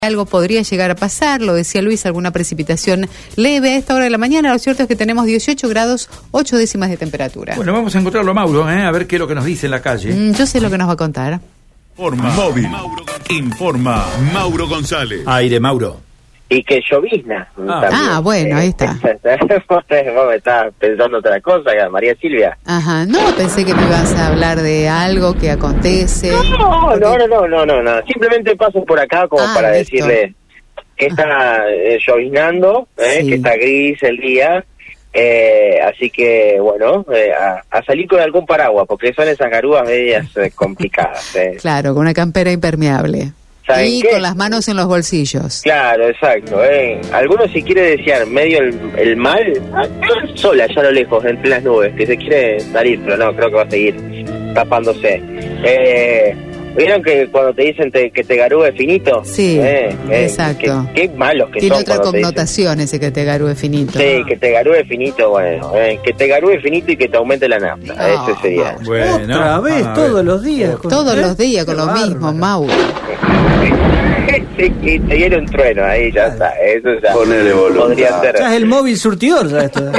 Algo podría llegar a pasar, lo decía Luis, alguna precipitación leve a esta hora de la mañana. Lo cierto es que tenemos 18 grados, 8 décimas de temperatura. Bueno, vamos a encontrarlo a Mauro, a ver qué es lo que nos dice en la calle. Yo sé lo que nos va a contar. Informa móvil. Informa Mauro González. Aire, Mauro. Y que llovizna. Bueno, ahí está. Vos me estabas pensando otra cosa, María Silvia. Ajá, no, pensé que me ibas a hablar de algo que acontece. No. Simplemente paso por acá como para listo. decirle que está lloviznando, Sí. que está gris el día. Así que, bueno, a salir con algún paraguas, porque son esas garúas medias complicadas. Claro, con una campera impermeable. Y qué? con las manos en los bolsillos. Claro, exacto. Algunos, si quiere desear medio el mal, sola, allá a lo lejos, entre las nubes, que se quiere salir, pero no, creo que va a seguir tapándose. ¿Vieron que cuando te dicen que te garúe finito? Sí, exacto. Qué malos que Tiene son. otra connotación ese que te garúe finito. Sí, que te garúe finito, bueno. Que te garúe finito y que te aumente la nafta. Ese sería. Bueno, otra vez, todos los días. Todos los días con lo mismo, Mauro. Sí, te viene un trueno ahí, ya está. Eso ya podría ser. Ya es el móvil surtidor, ya esto.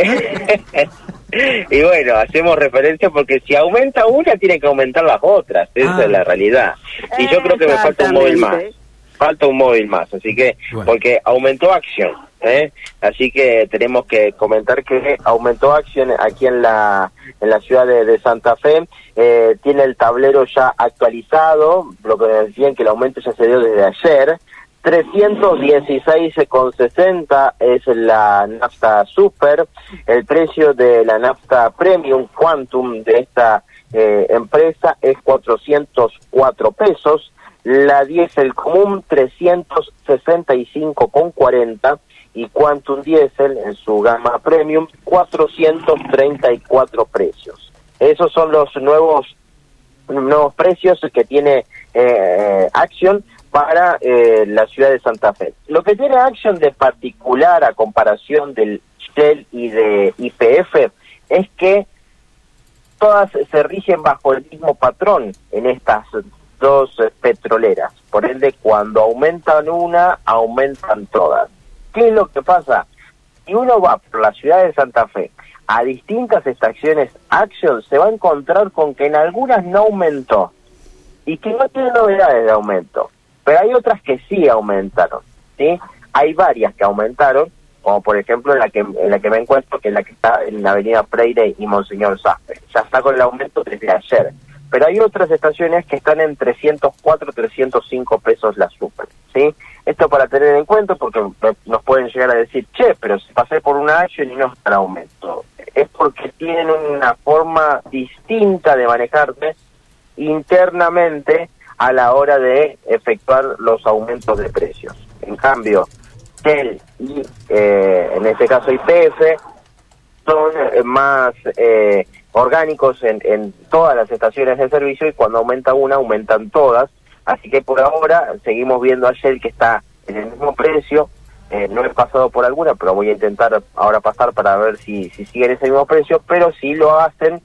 Y bueno, hacemos referencia porque si aumenta una, tiene que aumentar las otras. Esa es la realidad. Y yo creo que me falta un móvil más. Falta un móvil más, así que, porque aumentó acción, así que tenemos que comentar que aumentó acción aquí en la ciudad de Santa Fe. Tiene el tablero ya actualizado, lo que decían que el aumento ya se dio desde ayer. 316,60 es la nafta super. El precio de la nafta premium quantum de esta empresa es 404 pesos. La diésel común 365,40 y Quantum Diesel en su gama premium 434 precios. Esos son los nuevos precios que tiene Action para la ciudad de Santa Fe. Lo que tiene Action de particular a comparación del Shell y de YPF es que todas se rigen bajo el mismo patrón en estas dos petroleras. Por ende, cuando aumentan una, aumentan todas. ¿Qué es lo que pasa? Si uno va por la ciudad de Santa Fe a distintas estaciones Action, se va a encontrar con que en algunas no aumentó y que no tiene novedades de aumento, pero hay otras que sí aumentaron, ¿sí? Hay varias que aumentaron, como por ejemplo en la que me encuentro, que es la que está en la avenida Freire y Monseñor Zafre. Ya está con el aumento desde ayer. Pero hay otras estaciones que están en 304, 305 pesos la super, ¿sí? Esto para tener en cuenta porque nos pueden llegar a decir, pero si pasé por una Action y no está el aumento. Es porque tienen una forma distinta de manejarse internamente a la hora de efectuar los aumentos de precios. En cambio, Shell y en este caso YPF son más orgánicos en todas las estaciones de servicio y cuando aumenta una, aumentan todas. Así que por ahora seguimos viendo a Shell que está en el mismo precio. No he pasado por alguna, pero voy a intentar ahora pasar para ver si siguen ese mismo precio, pero sí lo hacen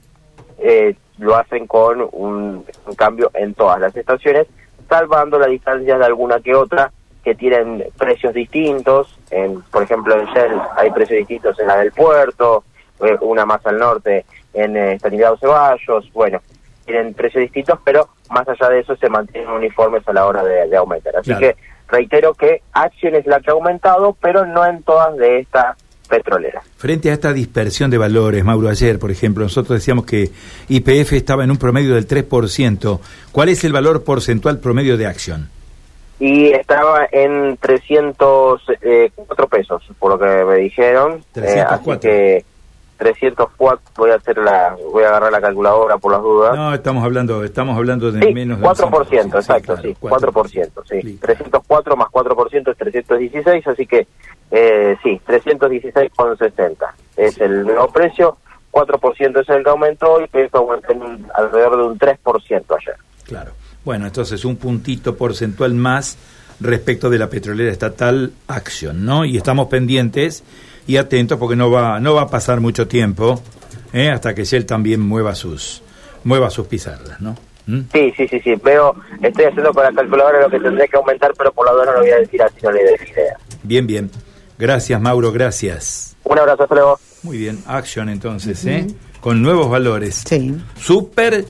con un cambio en todas las estaciones, salvando la distancia de alguna que otra que tienen precios distintos. Por ejemplo, en Shell hay precios distintos en la del puerto, una más al norte en Estanislao Ceballos. Bueno, tienen precios distintos, pero más allá de eso se mantienen uniformes a la hora de aumentar. Así que reitero que Action es la que ha aumentado, pero no en todas de estas petroleras. Frente a esta dispersión de valores, Mauro, ayer, por ejemplo, nosotros decíamos que YPF estaba en un promedio del 3%. ¿Cuál es el valor porcentual promedio de Action? Y estaba en 304 pesos, por lo que me dijeron. 304. Así que 304, voy a agarrar la calculadora por las dudas. No, estamos hablando de menos de 4%, exacto, sí, 4%, sí. Sí. 304 más 4% es 316, así que sí, 316,60 es el nuevo precio, 4% es el que aumentó y que aumentó alrededor de un 3% ayer. Claro. Bueno, entonces un puntito porcentual más respecto de la petrolera estatal Action, ¿no? Y estamos pendientes y atentos porque no va a pasar mucho tiempo hasta que Shell también mueva sus pizarras, ¿no? Sí. Veo, estoy haciendo con la calculadora lo que tendría que aumentar, pero por la duda no lo voy a decir así, no le doy idea. Bien. Gracias, Mauro, gracias. Un abrazo, hasta luego. Muy bien, Action entonces, con nuevos valores. Sí. Súper